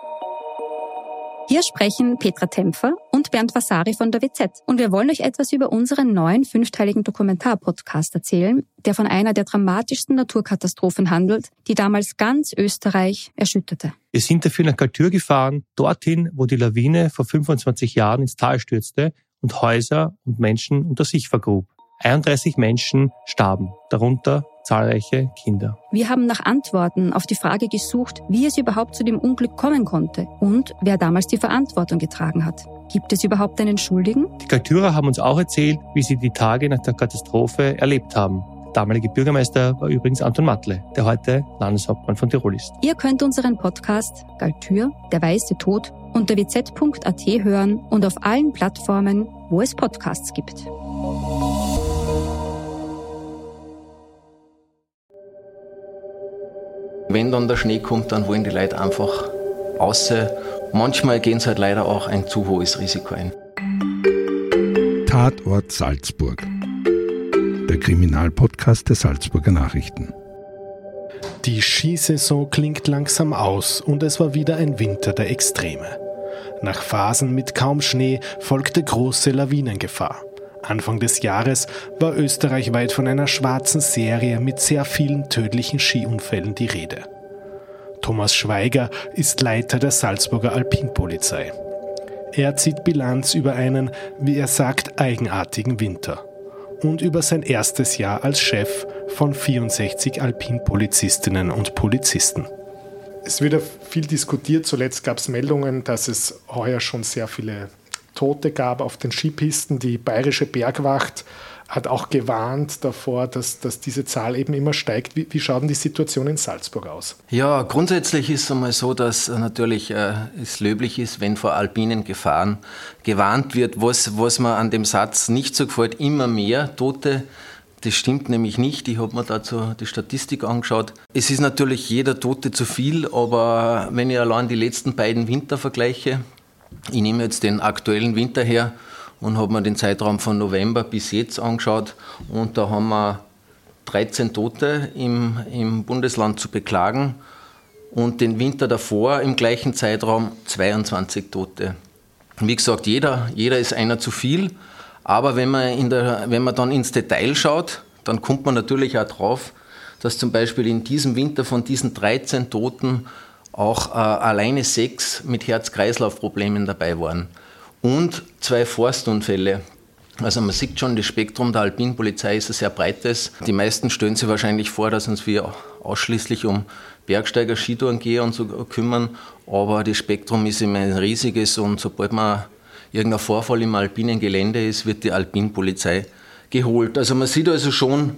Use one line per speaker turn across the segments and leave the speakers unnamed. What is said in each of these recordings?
Hier sprechen Petra Tempfer und Bernd Vasari von der WZ. Und wir wollen euch etwas über unseren neuen 5-teiligen Dokumentar-Podcast erzählen, der von einer der dramatischsten Naturkatastrophen handelt, die damals ganz Österreich erschütterte.
Wir sind dafür nach Galtür gefahren, dorthin, wo die Lawine vor 25 Jahren ins Tal stürzte und Häuser und Menschen unter sich vergrub. 31 Menschen starben, darunter zahlreiche Kinder.
Wir haben nach Antworten auf die Frage gesucht, wie es überhaupt zu dem Unglück kommen konnte und wer damals die Verantwortung getragen hat. Gibt es überhaupt einen Schuldigen?
Die Galtürer haben uns auch erzählt, wie sie die Tage nach der Katastrophe erlebt haben. Der damalige Bürgermeister war übrigens Anton Matle, der heute Landeshauptmann von Tirol ist.
Ihr könnt unseren Podcast Galtür, der weiße Tod unter wz.at hören und auf allen Plattformen, wo es Podcasts gibt.
Wenn dann der Schnee kommt, dann wollen die Leute einfach raus. Manchmal gehen sie halt leider auch ein zu hohes Risiko ein.
Tatort Salzburg. Der Kriminalpodcast der Salzburger Nachrichten.
Die Skisaison klingt langsam aus und es war wieder ein Winter der Extreme. Nach Phasen mit kaum Schnee folgte große Lawinengefahr. Anfang des Jahres war österreichweit von einer schwarzen Serie mit sehr vielen tödlichen Skiunfällen die Rede. Thomas Schweiger ist Leiter der Salzburger Alpinpolizei. Er zieht Bilanz über einen, wie er sagt, eigenartigen Winter und über sein erstes Jahr als Chef von 64 Alpinpolizistinnen und Polizisten.
Es wird viel diskutiert. Zuletzt gab es Meldungen, dass es heuer schon sehr viele Tote gab auf den Skipisten. Die Bayerische Bergwacht hat auch gewarnt davor, dass diese Zahl eben immer steigt. Wie schaut denn die Situation in Salzburg aus?
Ja, grundsätzlich ist es einmal so, dass natürlich es löblich ist, wenn vor alpinen Gefahren gewarnt wird. Was mir an dem Satz nicht so gefällt, immer mehr Tote. Das stimmt nämlich nicht. Ich habe mir dazu die Statistik angeschaut. Es ist natürlich jeder Tote zu viel, aber wenn ich allein die letzten beiden Winter vergleiche, ich nehme jetzt den aktuellen Winter her und habe mir den Zeitraum von November bis jetzt angeschaut und da haben wir 13 Tote im Bundesland zu beklagen und den Winter davor im gleichen Zeitraum 22 Tote. Wie gesagt, jeder ist einer zu viel, aber wenn man dann ins Detail schaut, dann kommt man natürlich auch drauf, dass zum Beispiel in diesem Winter von diesen 13 Toten auch alleine 6 mit Herz-Kreislauf-Problemen dabei waren und 2 Forstunfälle. Also man sieht schon, das Spektrum der Alpinpolizei ist ein sehr breites. Die meisten stellen sich wahrscheinlich vor, dass uns wir ausschließlich um Bergsteiger, Skitourengeher und so kümmern, aber das Spektrum ist immer ein riesiges und sobald man irgendein Vorfall im alpinen Gelände ist, wird die Alpinpolizei geholt. Also man sieht also schon,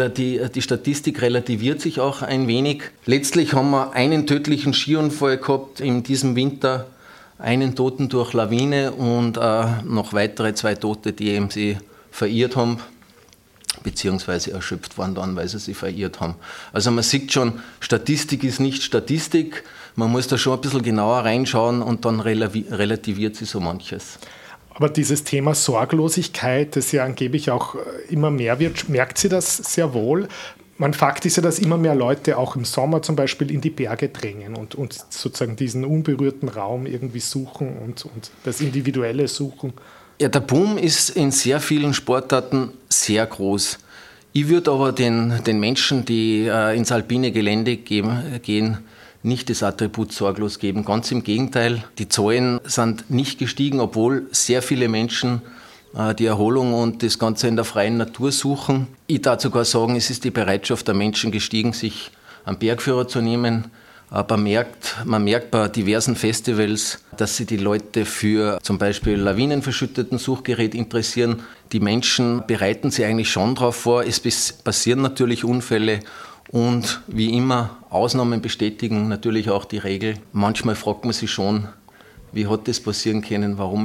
die Statistik relativiert sich auch ein wenig. Letztlich haben wir einen tödlichen Skiunfall gehabt in diesem Winter, einen Toten durch Lawine und noch weitere 2 Tote, die eben sie verirrt haben, beziehungsweise erschöpft waren dann, weil sie sich verirrt haben. Also man sieht schon, Statistik ist nicht Statistik, man muss da schon ein bisschen genauer reinschauen und dann relativiert sich so manches.
Aber dieses Thema Sorglosigkeit, das ja angeblich auch immer mehr wird, merkt sie das sehr wohl? Fakt ist ja, dass immer mehr Leute auch im Sommer zum Beispiel in die Berge drängen und sozusagen diesen unberührten Raum irgendwie suchen und das Individuelle suchen.
Ja, der Boom ist in sehr vielen Sportarten sehr groß. Ich würde aber den Menschen, die ins alpine Gelände gehen, nicht das Attribut sorglos geben. Ganz im Gegenteil, die Zahlen sind nicht gestiegen, obwohl sehr viele Menschen die Erholung und das Ganze in der freien Natur suchen. Ich darf sogar sagen, es ist die Bereitschaft der Menschen gestiegen, sich einen Bergführer zu nehmen. Man merkt bei diversen Festivals, dass sich die Leute für zum Beispiel lawinenverschütteten Suchgerät interessieren. Die Menschen bereiten sich eigentlich schon darauf vor. Es passieren natürlich Unfälle. Und wie immer, Ausnahmen bestätigen natürlich auch die Regel. Manchmal fragt man sich schon, wie hat das passieren können, warum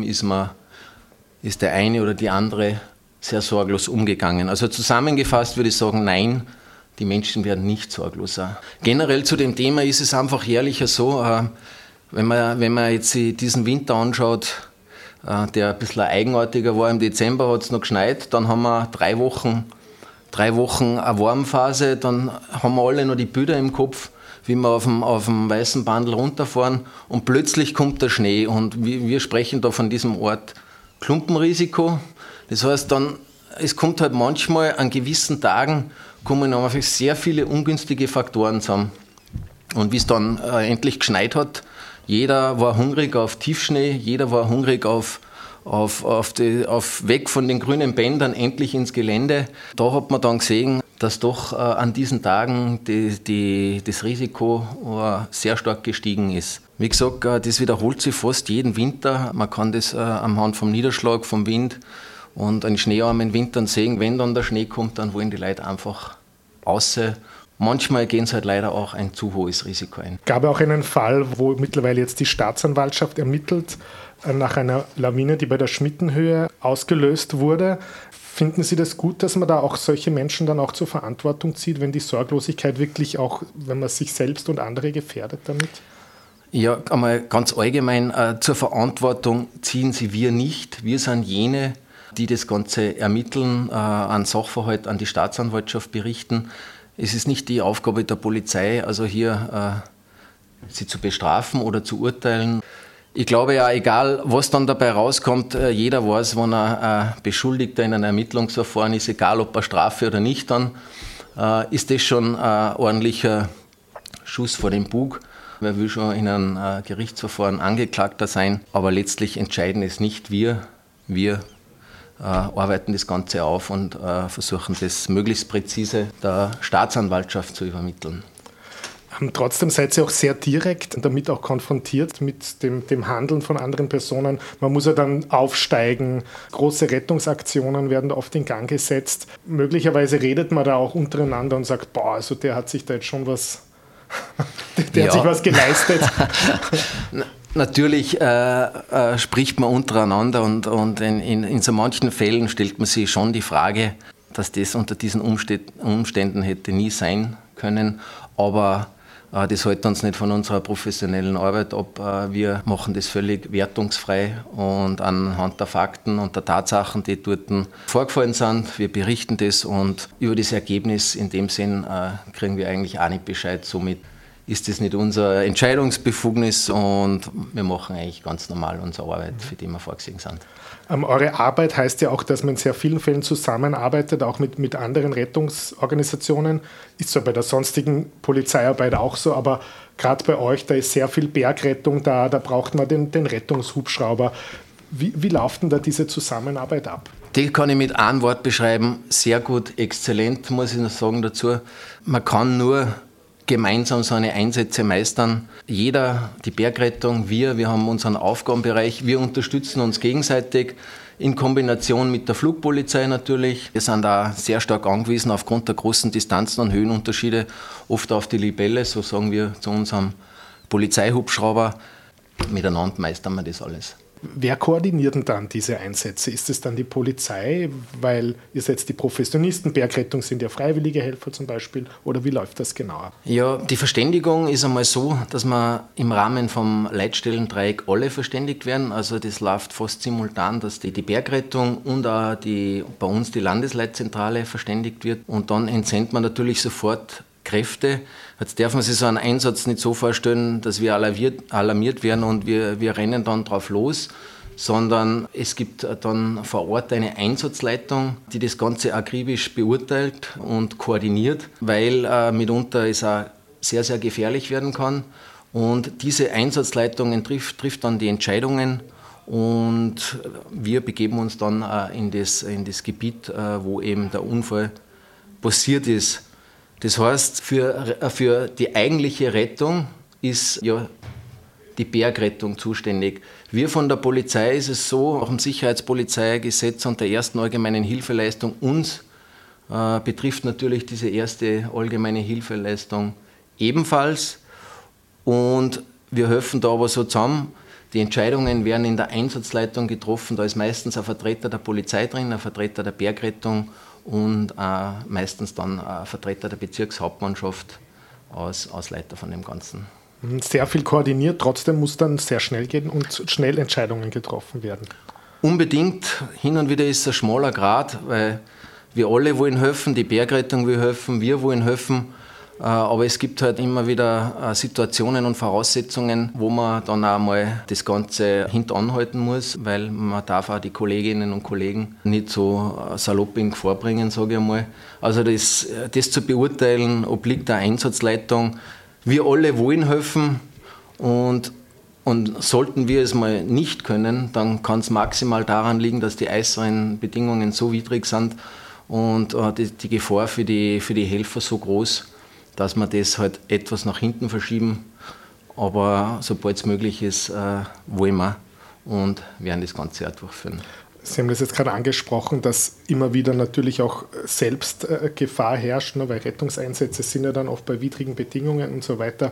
ist der eine oder die andere sehr sorglos umgegangen. Also zusammengefasst würde ich sagen, nein, die Menschen werden nicht sorgloser. Generell zu dem Thema ist es einfach jährlicher so, wenn man jetzt diesen Winter anschaut, der ein bisschen eigenartiger war, im Dezember hat es noch geschneit, dann haben wir 3 Wochen eine Warmphase, dann haben wir alle noch die Bilder im Kopf wie wir auf dem weißen Bandel runterfahren und plötzlich kommt der Schnee und wir sprechen da von diesem Ort Klumpenrisiko. Das heißt dann, es kommt halt manchmal an gewissen Tagen kommen einfach sehr viele ungünstige Faktoren zusammen. Und wie es dann endlich geschneit hat, jeder war hungrig auf Tiefschnee, jeder war hungrig auf weg von den grünen Bändern endlich ins Gelände. Da hat man dann gesehen, dass doch an diesen Tagen das Risiko sehr stark gestiegen ist. Wie gesagt, das wiederholt sich fast jeden Winter. Man kann das anhand vom Niederschlag, vom Wind und an schneearmen Wintern sehen. Wenn dann der Schnee kommt, dann wollen die Leute einfach raus. Manchmal gehen sie halt leider auch ein zu hohes Risiko ein.
Es gab auch einen Fall, wo mittlerweile jetzt die Staatsanwaltschaft ermittelt, nach einer Lawine, die bei der Schmittenhöhe ausgelöst wurde. Finden Sie das gut, dass man da auch solche Menschen dann auch zur Verantwortung zieht, wenn die Sorglosigkeit wirklich auch, wenn man sich selbst und andere gefährdet damit?
Ja, einmal ganz allgemein, zur Verantwortung ziehen sie wir nicht. Wir sind jene, die das Ganze ermitteln, an Sachverhalt an die Staatsanwaltschaft berichten. Es ist nicht die Aufgabe der Polizei, also hier sie zu bestrafen oder zu urteilen. Ich glaube ja, egal was dann dabei rauskommt, jeder weiß, wenn er Beschuldigter in einem Ermittlungsverfahren ist, egal ob er Strafe oder nicht, dann ist das schon ein ordentlicher Schuss vor den Bug. Wer will schon in einem Gerichtsverfahren Angeklagter sein, aber letztlich entscheiden es nicht wir. Wir arbeiten das Ganze auf und versuchen das möglichst präzise der Staatsanwaltschaft zu übermitteln.
Trotzdem seid ihr auch sehr direkt damit auch konfrontiert mit dem Handeln von anderen Personen. Man muss ja dann aufsteigen. Große Rettungsaktionen werden oft in Gang gesetzt. Möglicherweise redet man da auch untereinander und sagt, boah, also der hat sich da jetzt schon was, der hat sich was geleistet.
Natürlich spricht man untereinander und in so manchen Fällen stellt man sich schon die Frage, dass das unter diesen Umständen hätte nie sein können. Aber das hält uns nicht von unserer professionellen Arbeit ab. Wir machen das völlig wertungsfrei und anhand der Fakten und der Tatsachen, die dort vorgefallen sind. Wir berichten das und über das Ergebnis in dem Sinn kriegen wir eigentlich auch nicht Bescheid. Somit ist das nicht unser Entscheidungsbefugnis und wir machen eigentlich ganz normal unsere Arbeit, für die wir vorgesehen sind.
Eure Arbeit heißt ja auch, dass man in sehr vielen Fällen zusammenarbeitet, auch mit anderen Rettungsorganisationen. Ist zwar bei der sonstigen Polizeiarbeit auch so, aber gerade bei euch, da ist sehr viel Bergrettung da braucht man den Rettungshubschrauber. Wie läuft denn da diese Zusammenarbeit ab?
Die kann ich mit einem Wort beschreiben, sehr gut, exzellent, muss ich noch sagen dazu. Man kann nur gemeinsam so eine Einsätze meistern. Jeder, die Bergrettung, wir haben unseren Aufgabenbereich, wir unterstützen uns gegenseitig in Kombination mit der Flugpolizei natürlich. Wir sind da sehr stark angewiesen aufgrund der großen Distanzen und Höhenunterschiede, oft auf die Libelle, so sagen wir zu unserem Polizeihubschrauber. Miteinander meistern wir das alles.
Wer koordiniert denn dann diese Einsätze? Ist es dann die Polizei, weil ihr seid die Professionisten, Bergrettung sind ja freiwillige Helfer zum Beispiel, oder wie läuft das genau ab?
Ja, die Verständigung ist einmal so, dass wir im Rahmen vom Leitstellendreieck alle verständigt werden, also das läuft fast simultan, dass die Bergrettung und auch bei uns die Landesleitzentrale verständigt wird und dann entsendet man natürlich sofort Kräfte. Jetzt darf man sich so einen Einsatz nicht so vorstellen, dass wir alarmiert werden und wir rennen dann drauf los, sondern es gibt dann vor Ort eine Einsatzleitung, die das Ganze akribisch beurteilt und koordiniert, weil mitunter es auch sehr, sehr gefährlich werden kann. Und diese Einsatzleitungen trifft dann die Entscheidungen und wir begeben uns dann in das Gebiet, wo eben der Unfall passiert ist. Das heißt, für die eigentliche Rettung ist ja die Bergrettung zuständig. Wir von der Polizei ist es so, auch im Sicherheitspolizeigesetz und der ersten allgemeinen Hilfeleistung, uns betrifft natürlich diese erste allgemeine Hilfeleistung ebenfalls. Und wir helfen da aber so zusammen. Die Entscheidungen werden in der Einsatzleitung getroffen. Da ist meistens ein Vertreter der Polizei drin, ein Vertreter der Bergrettung und meistens dann ein Vertreter der Bezirkshauptmannschaft als Leiter von dem Ganzen.
Sehr viel koordiniert, trotzdem muss dann sehr schnell gehen und schnell Entscheidungen getroffen werden.
Unbedingt. Hin und wieder ist es ein schmaler Grat, weil wir alle wollen helfen, die Bergrettung will helfen, wir wollen helfen. Aber es gibt halt immer wieder Situationen und Voraussetzungen, wo man dann auch mal das Ganze hintanhalten muss, weil man darf auch die Kolleginnen und Kollegen nicht so salopp in Gefahr bringen, sage ich einmal. Also das zu beurteilen, obliegt der Einsatzleitung. Wir alle wollen helfen und sollten wir es mal nicht können, dann kann es maximal daran liegen, dass die äußeren Bedingungen so widrig sind und die Gefahr für die Helfer so groß, dass wir das halt etwas nach hinten verschieben. Aber sobald es möglich ist, wollen wir und werden das Ganze auch durchführen.
Sie haben das jetzt gerade angesprochen, dass immer wieder natürlich auch selbst Gefahr herrscht, weil Rettungseinsätze sind ja dann oft bei widrigen Bedingungen und so weiter.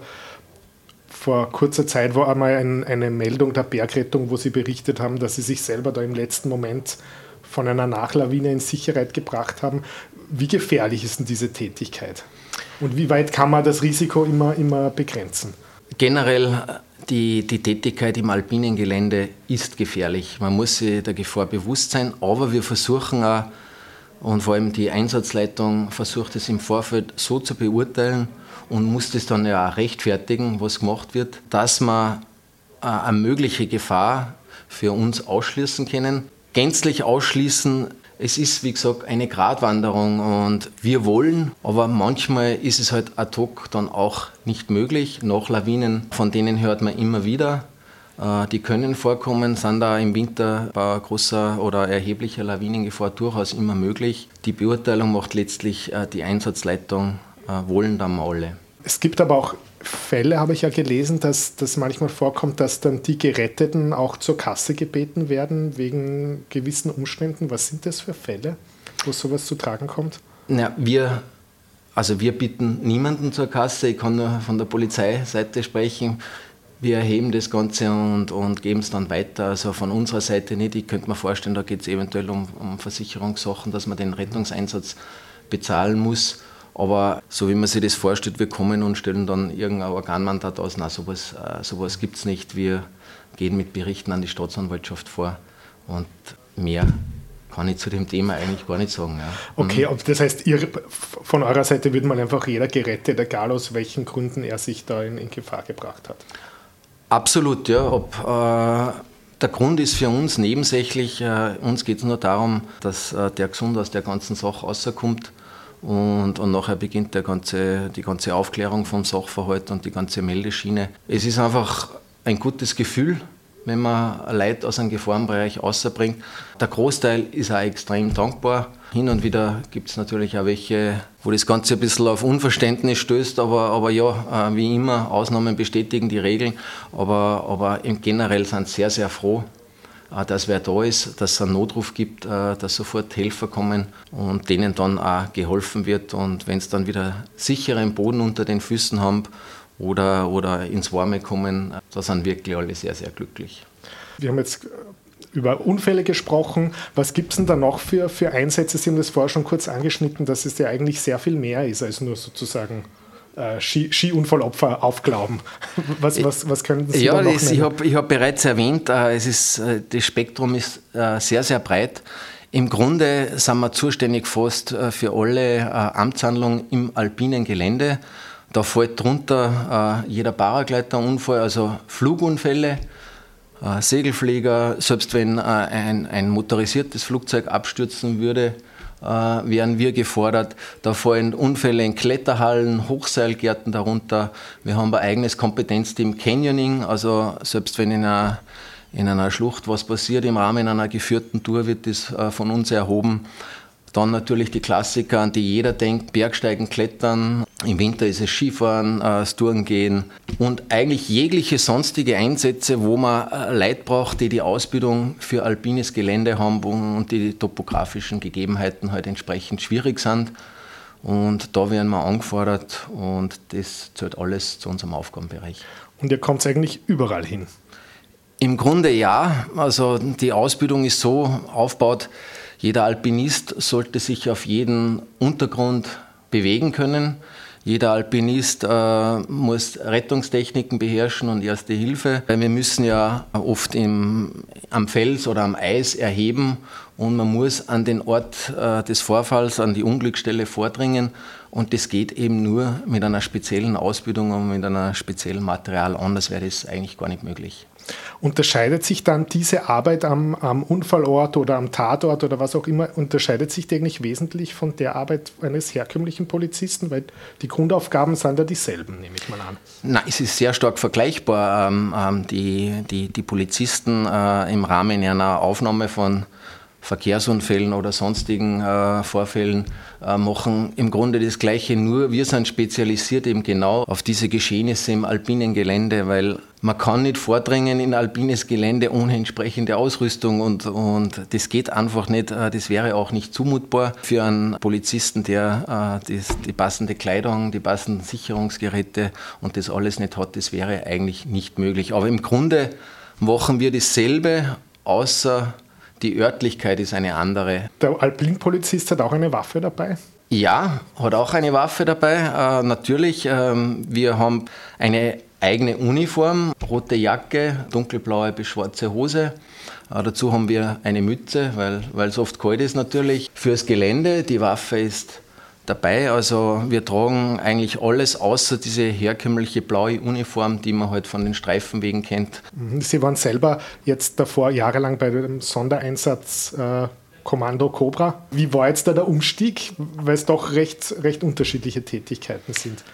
Vor kurzer Zeit war einmal eine Meldung der Bergrettung, wo sie berichtet haben, dass sie sich selber da im letzten Moment von einer Nachlawine in Sicherheit gebracht haben. Wie gefährlich ist denn diese Tätigkeit? Und wie weit kann man das Risiko immer begrenzen?
Generell die Tätigkeit im alpinen Gelände ist gefährlich. Man muss sich der Gefahr bewusst sein, aber wir versuchen auch, und vor allem die Einsatzleitung versucht es im Vorfeld so zu beurteilen und muss das dann ja auch rechtfertigen, was gemacht wird, dass wir eine mögliche Gefahr für uns ausschließen können. Gänzlich ausschließen, es ist, wie gesagt, eine Gratwanderung und wir wollen, aber manchmal ist es halt ad hoc dann auch nicht möglich. Nachlawinen, von denen hört man immer wieder. Die können vorkommen, sind da im Winter bei großer oder erheblicher Lawinengefahr durchaus immer möglich. Die Beurteilung macht letztlich die Einsatzleitung, wollen dann mal alle.
Es gibt aber auch Fälle, habe ich ja gelesen, dass das manchmal vorkommt, dass dann die Geretteten auch zur Kasse gebeten werden wegen gewissen Umständen. Was sind das für Fälle, wo sowas zu tragen kommt?
Ja, wir bitten niemanden zur Kasse. Ich kann nur von der Polizeiseite sprechen. Wir erheben das Ganze und geben es dann weiter. Also von unserer Seite nicht. Ich könnte mir vorstellen, da geht es eventuell um Versicherungssachen, dass man den Rettungseinsatz bezahlen muss. Aber so wie man sich das vorstellt, wir kommen und stellen dann irgendein Organmandat aus. Nein, sowas gibt es nicht. Wir gehen mit Berichten an die Staatsanwaltschaft vor und mehr kann ich zu dem Thema eigentlich gar nicht sagen. Ja.
Okay, und das heißt, von eurer Seite wird mal einfach jeder gerettet, egal aus welchen Gründen er sich da in Gefahr gebracht hat?
Absolut, ja. Der Grund ist für uns nebensächlich. Uns geht es nur darum, dass der gesund aus der ganzen Sache rauskommt. Und nachher beginnt die ganze Aufklärung vom Sachverhalt und die ganze Meldeschiene. Es ist einfach ein gutes Gefühl, wenn man Leute aus einem Gefahrenbereich rausbringt. Der Großteil ist auch extrem dankbar. Hin und wieder gibt es natürlich auch welche, wo das Ganze ein bisschen auf Unverständnis stößt, aber ja, wie immer, Ausnahmen bestätigen die Regeln. Aber generell sind sehr, sehr froh, dass wer da ist, dass es einen Notruf gibt, dass sofort Helfer kommen und denen dann auch geholfen wird. Und wenn es dann wieder sicheren Boden unter den Füßen haben oder ins Warme kommen, da sind wirklich alle sehr, sehr glücklich.
Wir haben jetzt über Unfälle gesprochen. Was gibt es denn da noch für Einsätze? Sie haben das vorher schon kurz angeschnitten, dass es ja eigentlich sehr viel mehr ist als nur sozusagen Skiunfallopfer aufglauben. Was können Sie da noch nennen?
Ich habe bereits erwähnt, das Spektrum ist sehr, sehr breit. Im Grunde sind wir zuständig fast für alle Amtshandlungen im alpinen Gelände. Da fällt drunter jeder Paragleiterunfall, also Flugunfälle, Segelflieger, selbst wenn ein motorisiertes Flugzeug abstürzen würde, wären wir gefordert. Da fallen Unfälle in Kletterhallen, Hochseilgärten darunter. Wir haben ein eigenes Kompetenzteam Canyoning, also selbst wenn in einer Schlucht was passiert, im Rahmen einer geführten Tour wird das von uns erhoben. Dann natürlich die Klassiker, an die jeder denkt, Bergsteigen, Klettern. Im Winter ist es Skifahren, das Tourengehen und eigentlich jegliche sonstige Einsätze, wo man Leute braucht, die Ausbildung für alpines Gelände haben und die topografischen Gegebenheiten halt entsprechend schwierig sind. Und da werden wir angefordert und das zählt alles zu unserem Aufgabenbereich.
Und ihr kommt eigentlich überall hin?
Im Grunde ja. Also die Ausbildung ist so aufgebaut, jeder Alpinist sollte sich auf jeden Untergrund bewegen können. Jeder Alpinist muss Rettungstechniken beherrschen und Erste Hilfe. Weil wir müssen ja oft am Fels oder am Eis erheben und man muss an den Ort des Vorfalls, an die Unglücksstelle vordringen. Und das geht eben nur mit einer speziellen Ausbildung und mit einem speziellen Material. Anders wäre das eigentlich gar nicht möglich.
Unterscheidet sich dann diese Arbeit am Unfallort oder am Tatort oder was auch immer, unterscheidet sich die eigentlich wesentlich von der Arbeit eines herkömmlichen Polizisten? Weil die Grundaufgaben sind ja dieselben, nehme ich mal an.
Nein, es ist sehr stark vergleichbar. Die Polizisten im Rahmen einer Aufnahme von Verkehrsunfällen oder sonstigen Vorfällen machen im Grunde das Gleiche, nur wir sind spezialisiert eben genau auf diese Geschehnisse im alpinen Gelände, weil man kann nicht vordringen in alpines Gelände ohne entsprechende Ausrüstung und das geht einfach nicht, das wäre auch nicht zumutbar für einen Polizisten, der die passende Kleidung, die passenden Sicherungsgeräte und das alles nicht hat, das wäre eigentlich nicht möglich. Aber im Grunde machen wir dasselbe, außer die Örtlichkeit ist eine andere.
Der Alpinpolizist hat auch eine Waffe dabei?
Ja, hat auch eine Waffe dabei. Natürlich, wir haben eine eigene Uniform, rote Jacke, dunkelblaue bis schwarze Hose. Dazu haben wir eine Mütze, weil es oft kalt ist natürlich. Fürs Gelände, die Waffe ist dabei. Also wir tragen eigentlich alles außer diese herkömmliche blaue Uniform, die man halt von den Streifenwegen kennt.
Sie waren selber jetzt davor jahrelang bei dem Sondereinsatz Kommando Cobra. Wie war jetzt da der Umstieg, weil es doch recht unterschiedliche Tätigkeiten sind?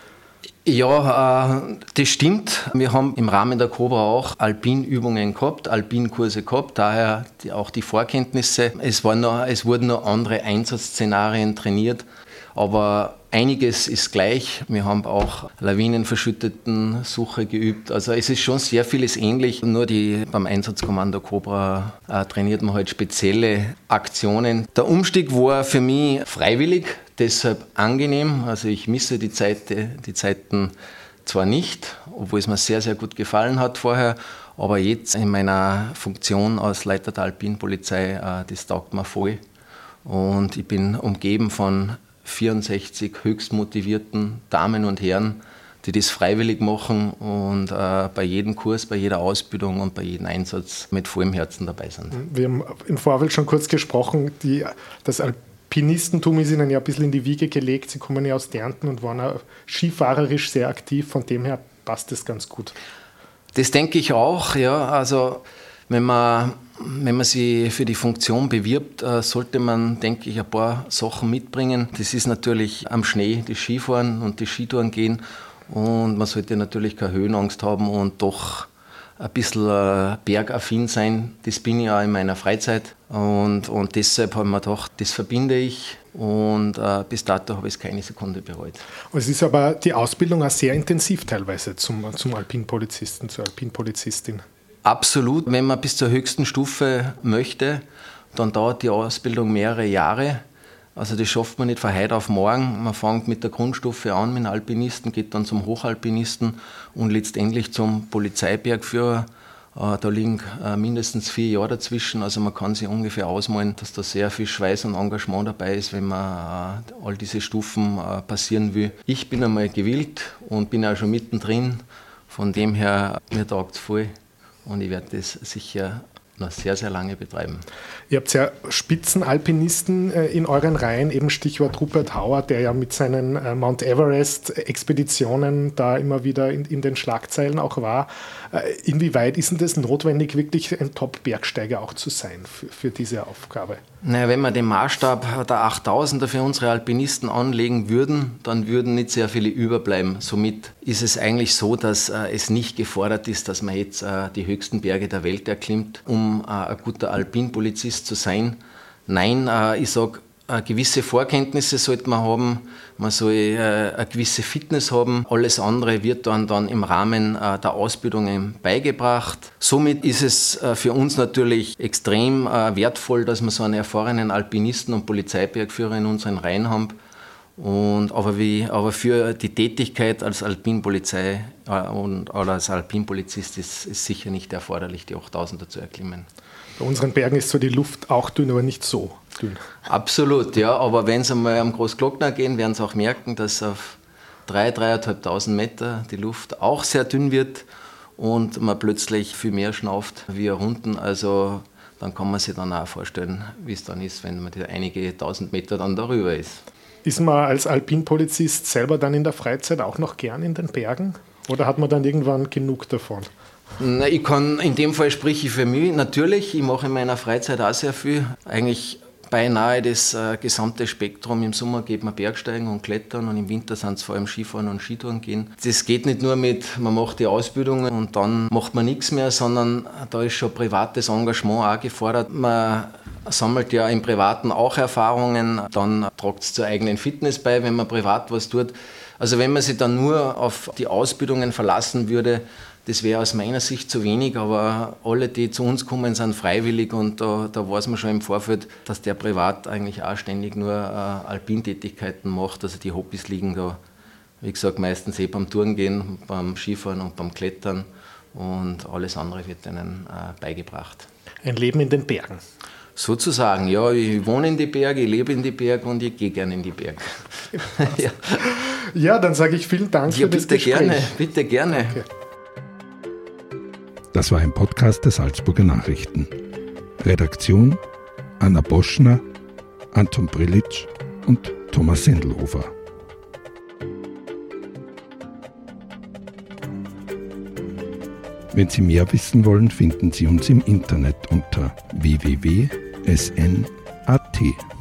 Ja, das stimmt. Wir haben im Rahmen der Cobra auch Alpinübungen gehabt, Alpinkurse gehabt, daher auch die Vorkenntnisse. Es wurden noch andere Einsatzszenarien trainiert. Aber einiges ist gleich. Wir haben auch lawinenverschütteten Suche geübt. Also es ist schon sehr vieles ähnlich. Nur beim Einsatzkommando Cobra trainiert man halt spezielle Aktionen. Der Umstieg war für mich freiwillig, deshalb angenehm. Also ich misse die Zeiten zwar nicht, obwohl es mir sehr, sehr gut gefallen hat vorher. Aber jetzt in meiner Funktion als Leiter der Alpinpolizei, das taugt mir voll. Und ich bin umgeben von 64 höchst motivierten Damen und Herren, die das freiwillig machen und bei jedem Kurs, bei jeder Ausbildung und bei jedem Einsatz mit vollem Herzen dabei sind.
Wir haben im Vorfeld schon kurz gesprochen, das Alpinistentum ist Ihnen ja ein bisschen in die Wiege gelegt. Sie kommen ja aus Kärnten und waren auch skifahrerisch sehr aktiv, von dem her passt das ganz gut.
Das denke ich auch, ja. Also wenn man sich für die Funktion bewirbt, sollte man, denke ich, ein paar Sachen mitbringen. Das ist natürlich am Schnee, das Skifahren und das Skitouren gehen. Und man sollte natürlich keine Höhenangst haben und doch ein bisschen bergaffin sein. Das bin ich auch in meiner Freizeit. Und deshalb habe ich mir gedacht, das verbinde ich. Und bis dato habe ich es keine Sekunde bereut.
Es ist aber die Ausbildung auch sehr intensiv teilweise zum Alpinpolizisten, zur Alpinpolizistin.
Absolut. Wenn man bis zur höchsten Stufe möchte, dann dauert die Ausbildung mehrere Jahre. Also das schafft man nicht von heute auf morgen. Man fängt mit der Grundstufe an, mit dem Alpinisten, geht dann zum Hochalpinisten und letztendlich zum Polizeibergführer. Da liegen mindestens 4 Jahre dazwischen. Also man kann sich ungefähr ausmalen, dass da sehr viel Schweiß und Engagement dabei ist, wenn man all diese Stufen passieren will. Ich bin einmal gewillt und bin auch schon mittendrin. Von dem her, mir taugt es voll. Und ich werde das sicher noch sehr, sehr lange betreiben.
Ihr habt ja Spitzenalpinisten in euren Reihen, eben Stichwort Rupert Hauer, der ja mit seinen Mount Everest-Expeditionen da immer wieder in den Schlagzeilen auch war. Inwieweit ist denn das notwendig, wirklich ein Top-Bergsteiger auch zu sein für diese Aufgabe?
Naja, wenn wir den Maßstab der 8000er für unsere Alpinisten anlegen würden, dann würden nicht sehr viele überbleiben. Somit ist es eigentlich so, dass es nicht gefordert ist, dass man jetzt die höchsten Berge der Welt erklimmt, um ein guter Alpinpolizist zu sein. Nein, ich sage, gewisse Vorkenntnisse sollte man haben, man soll eine gewisse Fitness haben. Alles andere wird dann im Rahmen der Ausbildungen beigebracht. Somit ist es für uns natürlich extrem wertvoll, dass wir so einen erfahrenen Alpinisten und Polizeibergführer in unseren Reihen haben. Aber für die Tätigkeit als Alpinpolizei oder als Alpinpolizist ist sicher nicht erforderlich, die 8000er zu erklimmen.
Bei unseren Bergen ist so die Luft auch dünn, aber nicht so dünn.
Absolut, ja. Aber wenn Sie einmal am Großglockner gehen, werden Sie auch merken, dass auf 3.500 Meter die Luft auch sehr dünn wird und man plötzlich viel mehr schnauft wie unten. Also dann kann man sich dann auch vorstellen, wie es dann ist, wenn man die einige tausend Meter dann darüber ist.
Ist man als Alpinpolizist selber dann in der Freizeit auch noch gern in den Bergen? Oder hat man dann irgendwann genug davon?
Na, ich kann, in dem Fall spreche ich für mich. Natürlich, ich mache in meiner Freizeit auch sehr viel. Eigentlich beinahe das gesamte Spektrum. Im Sommer geht man Bergsteigen und Klettern und im Winter sind es vor allem Skifahren und Skitouren gehen. Das geht nicht nur mit, man macht die Ausbildungen und dann macht man nichts mehr, sondern da ist schon privates Engagement auch gefordert. Man sammelt ja im Privaten auch Erfahrungen, dann tragt es zur eigenen Fitness bei, wenn man privat was tut. Also wenn man sich dann nur auf die Ausbildungen verlassen würde, das wäre aus meiner Sicht zu wenig, aber alle, die zu uns kommen, sind freiwillig und da weiß man schon im Vorfeld, dass der privat eigentlich auch ständig nur Alpintätigkeiten macht. Also die Hobbys liegen da, wie gesagt, meistens beim Tourengehen, beim Skifahren und beim Klettern und alles andere wird ihnen beigebracht.
Ein Leben in den Bergen.
Sozusagen, ja, ich wohne in die Berge, ich lebe in die Berge und ich gehe gerne in die Berge.
Ja, dann sage ich vielen Dank für das Gespräch.
Bitte gerne.
Okay.
Das war ein Podcast der Salzburger Nachrichten. Redaktion Anna Boschner, Anton Brilic und Thomas Sendelhofer. Wenn Sie mehr wissen wollen, finden Sie uns im Internet unter www.sn.at.